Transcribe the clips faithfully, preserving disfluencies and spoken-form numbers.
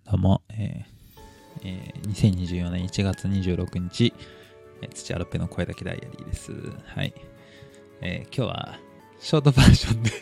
どうも、えーえー、にせんにじゅうよねんいちがつにじゅうろくにち、えー、土屋ロッペの声だけダイアリーです。はい、えー、今日はショートバージョンで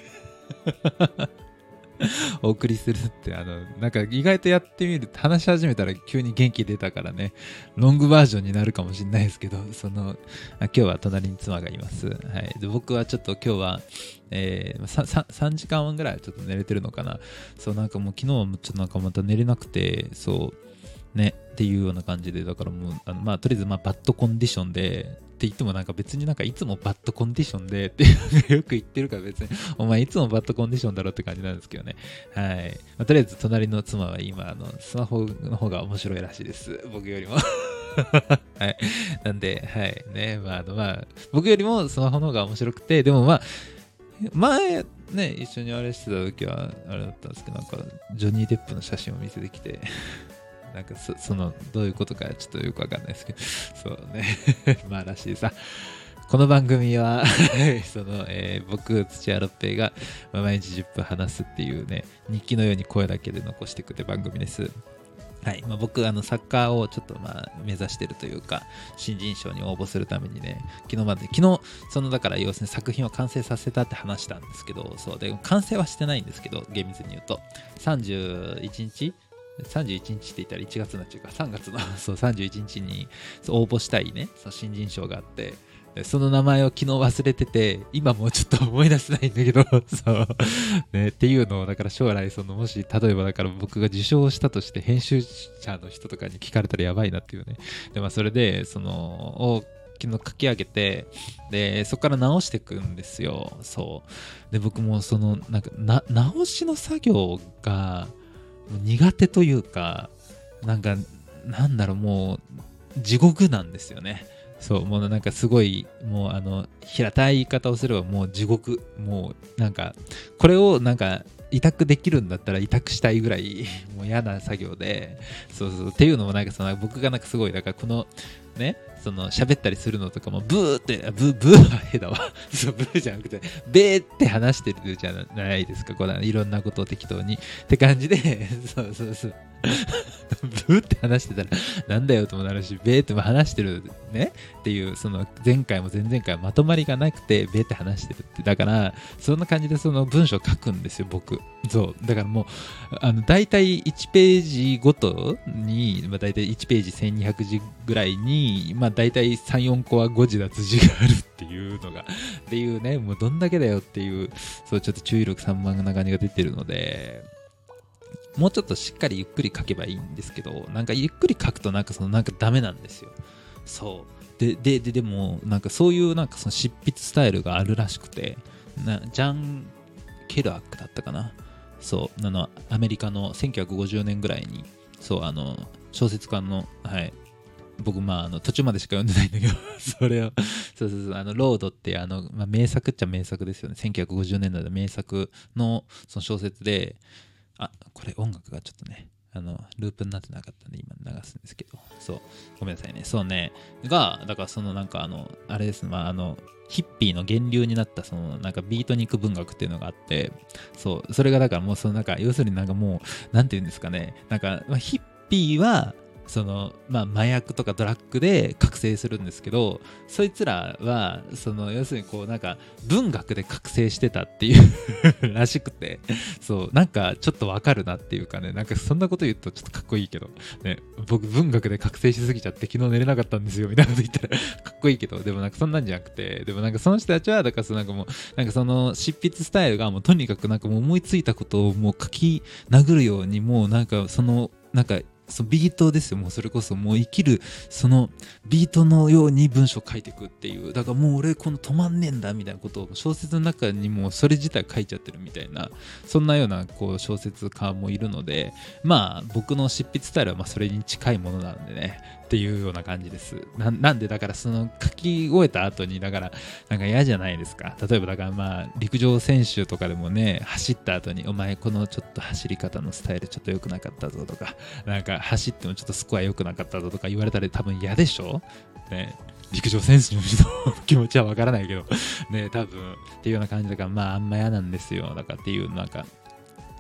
お送りするって、あのなんか意外とやってみると話し始めたら急に元気出たからね、ロングバージョンになるかもしれないですけど、そのあ今日は隣に妻がいます。はい、で僕はちょっと今日はえー、ささんじかんぐらいちょっと寝れてるのかな。そう、なんかもう昨日もちょっとなんかまた寝れなくて、そうねっていうような感じで、だからもうあのまあとりあえずまあバッドコンディションでって言ってもなんか別になんかいつもバッドコンディションでってよく言ってるから別にお前いつもバッドコンディションだろって感じなんですけどね。はい、まあ、とりあえず隣の妻は今あのスマホの方が面白いらしいです、僕よりもはい、なんではいね、まああのまあ僕よりもスマホの方が面白くて、でもまあ前ね一緒にあれしてた時はあれだったんですけど、なんかジョニー・デップの写真を見せてきてなんか そ, そのどういうことかちょっとよくわかんないですけど、そうねまあらしいさ。この番組はその、えー、僕土屋ロッペが、まあ、毎日じゅっぷん話すっていうね、日記のように声だけで残していくって番組です。はい、まあ、僕あのサッカーをちょっとまあ目指してるというか、新人賞に応募するためにね、昨日まで昨日そのだから要するに作品を完成させたって話したんですけど、そうで完成はしてないんですけど、厳密に言うとさんじゅういちにちさんじゅういちにちって言ったらいちがつになっちゃうか、さんがつのそうさんじゅういちにちに応募したいね、そう新人賞があって、その名前を昨日忘れてて、今もうちょっと思い出せないんだけどそうねっていうのを、だから将来そのもし例えばだから僕が受賞したとして編集者の人とかに聞かれたらやばいなっていうね。でまあそれでそのを昨日書き上げて、でそこから直していくんですよ。そうで僕もそのなんかな直しの作業が苦手というか、なんかなんだろう、もう地獄なんですよね。そうもうなんかすごいもうあの平たい言い方をすればもう地獄、もうなんかこれをなんか委託できるんだったら委託したいぐらいもう嫌な作業で、そうそうっていうのもなんかその僕がなんかすごいだからこのねその喋ったりするのとかもブーってブーブーは変だわそうブーじゃなくてベーって話してるじゃないですか、これいろんなことを適当にって感じでそうそうそうブーって話してたらなんだよともなるし、ベーっても話してるねっていう、その前回も前々回まとまりがなくてベーって話してるって、だからそんな感じでその文章を書くんですよ僕。そうだからもうあのだいたいいちページごとに、まあ、だいたいいちページせんにひゃくじぐらいに、まあ、だいたいさん、よんこは誤字脱字があるっていうのがっていうね、もうどんだけだよっていう、そうちょっと注意力散漫な感じが出てるので、もうちょっとしっかりゆっくり書けばいいんですけど、なんかゆっくり書くとなんかそのなんかダメなんですよ。そうででででもなんかそういうなんかその執筆スタイルがあるらしくて、なジャン・ケルアックだったかな、そうあのアメリカのせんきゅうひゃくごじゅうねんぐらいに、そうあの小説家の、はい僕まああの途中までしか読んでないんだけどそれをそうそうそうあのロードってあの、まあ、名作っちゃ名作ですよね。せんきゅうひゃくごじゅうねんだいの名作のその小説で、あこれ音楽がちょっとねあのループになってなかったんで今流すんですけど、そうごめんなさいね。そうねがだからそのなんかあのあれですね、まああのヒッピーの源流になったそのなんかビートニック文学っていうのがあって、そうそれがだからもうそのなんか要するになんかもうなんていうんですかね、なんか、まあ、ヒッピーはそのまあ麻薬とかドラッグで覚醒するんですけど、そいつらはその要するにこうなんか文学で覚醒してたっていうらしくて、そうなんかちょっとわかるなっていうかね、なんかそんなこと言うとちょっとかっこいいけどね、僕文学で覚醒しすぎちゃって昨日寝れなかったんですよみたいなこと言ったらかっこいいけど、でもなんかそんなんじゃなくて、でもなんかその人たちはだからそのなんかもうなんかその執筆スタイルがもうとにかくなんかもう思いついたことをもう書き殴るように、もうなんかそのなんかそのビートですよ、もうそれこそもう生きるそのビートのように文章を書いていくっていう、だからもう俺この止まんねえんだみたいなことを小説の中にもうそれ自体書いちゃってるみたいな、そんなようなこう小説家もいるので、まあ僕の執筆スタイルはまあそれに近いものなんでねっていうような感じです。 な, なんでだからその書き終えた後にだからなんか嫌じゃないですか。例えばだからまあ陸上選手とかでもね、走った後にお前このちょっと走り方のスタイルちょっと良くなかったぞとか、なんか走ってもちょっとスコア良くなかったぞとか言われたら多分嫌でしょね。陸上選手の人の気持ちはわからないけどね、多分っていうような感じだから、まああんま嫌なんですよ。だからっていうなんか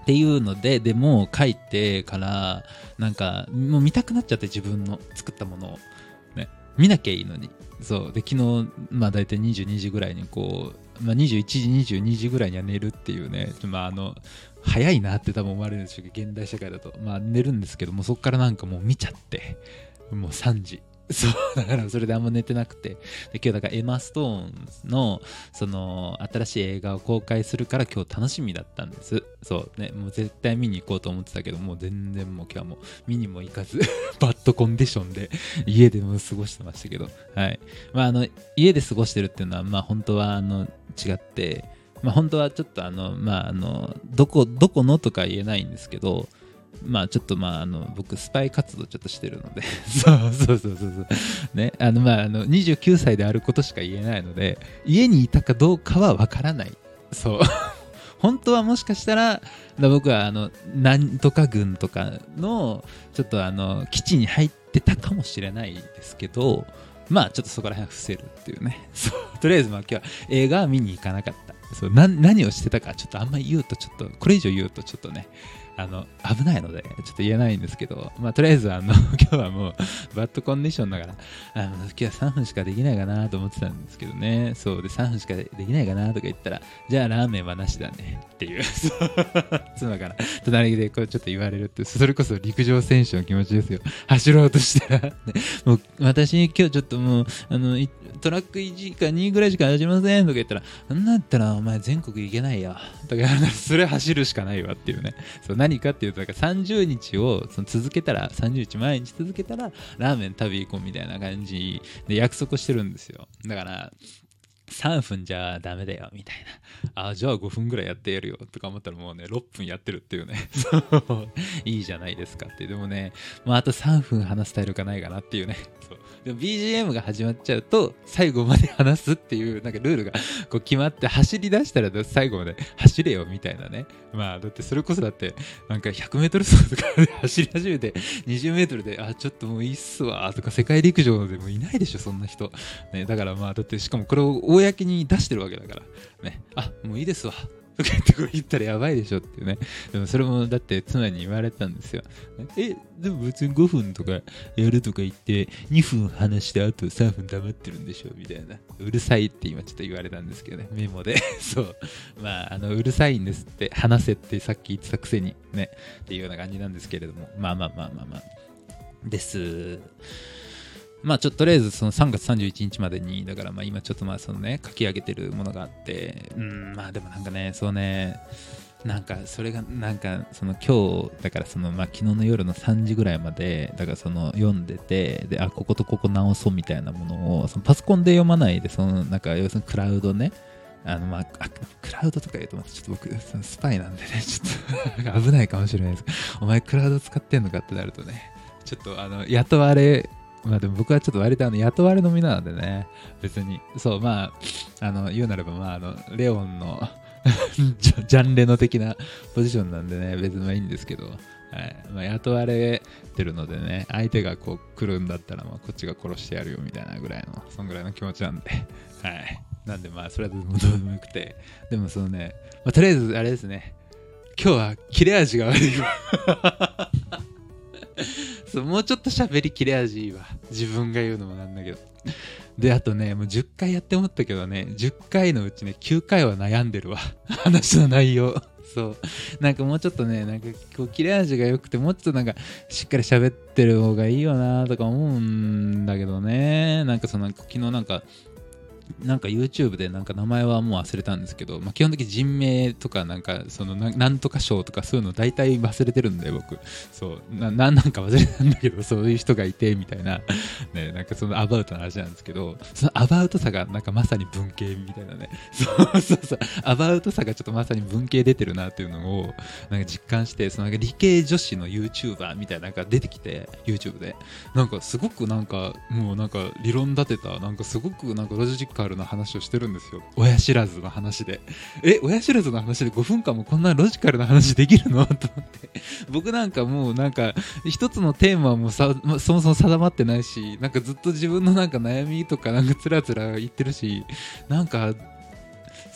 っていうのででも書いてからなんかもう見たくなっちゃって自分の作ったものを、ね、見なきゃいいのにそうで昨日まあ大体にじゅうにじぐらいにこう、まあ、にじゅういちじにじゅうにじぐらいには寝るっていうねまああの早いなって多分思われるんでしょうけど現代社会だとまあ寝るんですけどもそこからなんかもう見ちゃってもうさんじそうだからそれであんま寝てなくてで今日だからエマ・ストーンのその新しい映画を公開するから今日楽しみだったんですそうねもう絶対見に行こうと思ってたけどもう全然もう今日はもう見にも行かずバッドコンディションで家でも過ごしてましたけどはいまああの家で過ごしてるっていうのはまあ本当はあの違ってまあ本当はちょっとあのまああのどこどこのとか言えないんですけどまあちょっとまああの僕スパイ活動ちょっとしてるのでそうそうそうそうそうねあのまああのにじゅうきゅうさいであることしか言えないので家にいたかどうかはわからないそう本当はもしかしたら僕はあのなんとか軍とかのちょっとあの基地に入ってたかもしれないですけどまあちょっとそこら辺は伏せるっていうねそうとりあえずまあ今日は映画は見に行かなかったそうな何をしてたかちょっとあんまり言うとちょっとこれ以上言うとちょっとねあの危ないのでちょっと言えないんですけどまあとりあえずあの今日はもうバッドコンディションだからあの今日はさんぷんしかできないかなと思ってたんですけどねそうでさんぷんしかできないかなとか言ったらじゃあラーメンはなしだねっていう妻から隣でこうちょっと言われるってそれこそ陸上選手の気持ちですよ走ろうとしたら、ね、もう私今日ちょっともうあのトラックいちかにぐらいしか走りませんとか言ったらそんなんだったらお前全国行けないよとかそれ走るしかないわっていうねそう何かっていうとだからさんじゅうにちをその続けたらさんじゅうにち毎日続けたらラーメン食べ行こうみたいな感じで約束してるんですよだからさんぷんじゃダメだよみたいなあじゃあごふんぐらいやってやるよとか思ったらもうねろっぷんやってるっていうねそういいじゃないですかってでもねもうあとさんぷん話すタイルがないかなっていうねそうでも ビージーエム が始まっちゃうと最後まで話すっていうなんかルールがこう決まって走り出したら最後まで走れよみたいなねまあだってそれこそだってなんかひゃくメートル走とかで走り始めてにじゅうメートルであちょっともういいっすわとか世界陸上でもいないでしょそんな人ねだからまあだってしかもこれを公に出してるわけだからねあもういいですわとか言ってこう言ったらやばいでしょっていうねでもそれもだって妻に言われたんですよえでも別にごふんとかやるとか言ってにふん話してあとさんぷん黙ってるんでしょみたいなうるさいって今ちょっと言われたんですけどねメモでそうまああのうるさいんですって話せってさっき言ってたくせにねっていうような感じなんですけれどもまあまあまあまあまあですまあちょっととりあえずそのさんがつさんじゅういちにちまでにだからまあ今ちょっとまあそのね書き上げてるものがあってうんまあでもなんかねそうねなんかそれがなんかその今日だからそのまあ昨日の夜のさんじぐらいまでだからその読んでてであこことここ直そうみたいなものをそのパソコンで読まないでそのなんか要するにクラウドねあのまあクラウドとか言うとちょっと僕スパイなんでねちょっと危ないかもしれないですお前クラウド使ってんのかってなるとねちょっとあの雇われまあでも僕はちょっと割とあの雇われの身なんでね別にそうまああの言うなればまああのレオンのジャンレノ的なポジションなんでね別にまあいいんですけど、はいまあ、雇われてるのでね相手がこう来るんだったらまあこっちが殺してやるよみたいなぐらいのそんぐらいの気持ちなんではいなんでまあそれはどうでもよくてでもそのね、まあ、とりあえずあれですね今日は切れ味が悪いわそうもうちょっと喋り切れ味いいわ自分が言うのもなんだけどであとねもうじゅっかいやって思ったけどねじゅっかいのうちねきゅうかいは悩んでるわ話の内容そうなんかもうちょっとねなんかこう切れ味が良くてもうちょっとなんかしっかり喋ってる方がいいよなとか思うんだけどねなんかそのなんか昨日なんかなんか YouTube でなんか名前はもう忘れたんですけど、まあ、基本的に人名とかなんかそのななんとか賞とかそういうの大体忘れてるんで僕そうななんなんか忘れたんだけどそういう人がいてみたいなねなんかそのアバウトな話なんですけどそのアバウトさがなんかまさに文系みたいなねそうそうそうアバウトさがちょっとまさに文系出てるなっていうのをなんか実感してそのなんか理系女子の YouTuber みたいなのが出てきて YouTube でなんかすごくなんかもうなんか理論立てたなんかすごくなんかロジックあるな話をしてるんですよ親知らずの話でえ親知らずの話でごふんかんもこんなロジカルな話できるのと思って僕なんかもうなんか一つのテーマもさそもそも定まってないしなんかずっと自分のなんか悩みとかなんかつらつら言ってるしなんか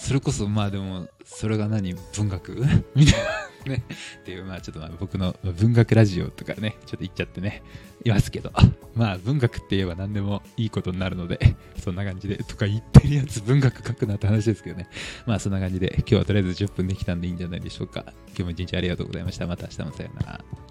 それこそまあでもそれが何文学みたいなねっていう、まあちょっとまあ僕の文学ラジオとかねちょっと言っちゃってねいますけど、まあ文学って言えば何でもいいことになるのでそんな感じでとか言ってるやつ文学書くなって話ですけどね、まあそんな感じで今日はとりあえずじゅっぷんできたんでいいんじゃないでしょうか。今日も一日ありがとうございました。また明日もさようなら。